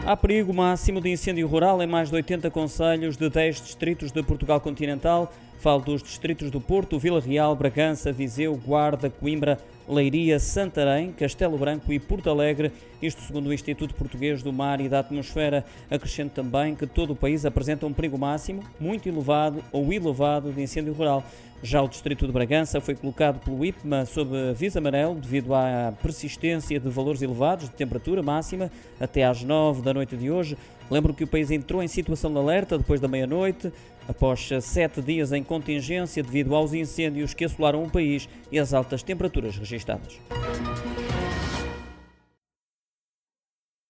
Há perigo máximo de incêndio rural em mais de 80 concelhos de 10 distritos de Portugal continental. Falo dos distritos do Porto, Vila Real, Bragança, Viseu, Guarda, Coimbra, Leiria, Santarém, Castelo Branco e Porto Alegre, isto segundo o Instituto Português do Mar e da Atmosfera. Acrescento também que todo o país apresenta um perigo máximo, muito elevado ou elevado de incêndio rural. Já o distrito de Bragança foi colocado pelo IPMA sob aviso amarelo devido à persistência de valores elevados de temperatura máxima até às 9 da noite de hoje. Lembro que o país entrou em situação de alerta depois da meia-noite, após 7 dias em contingência devido aos incêndios que assolaram o país e às altas temperaturas registadas.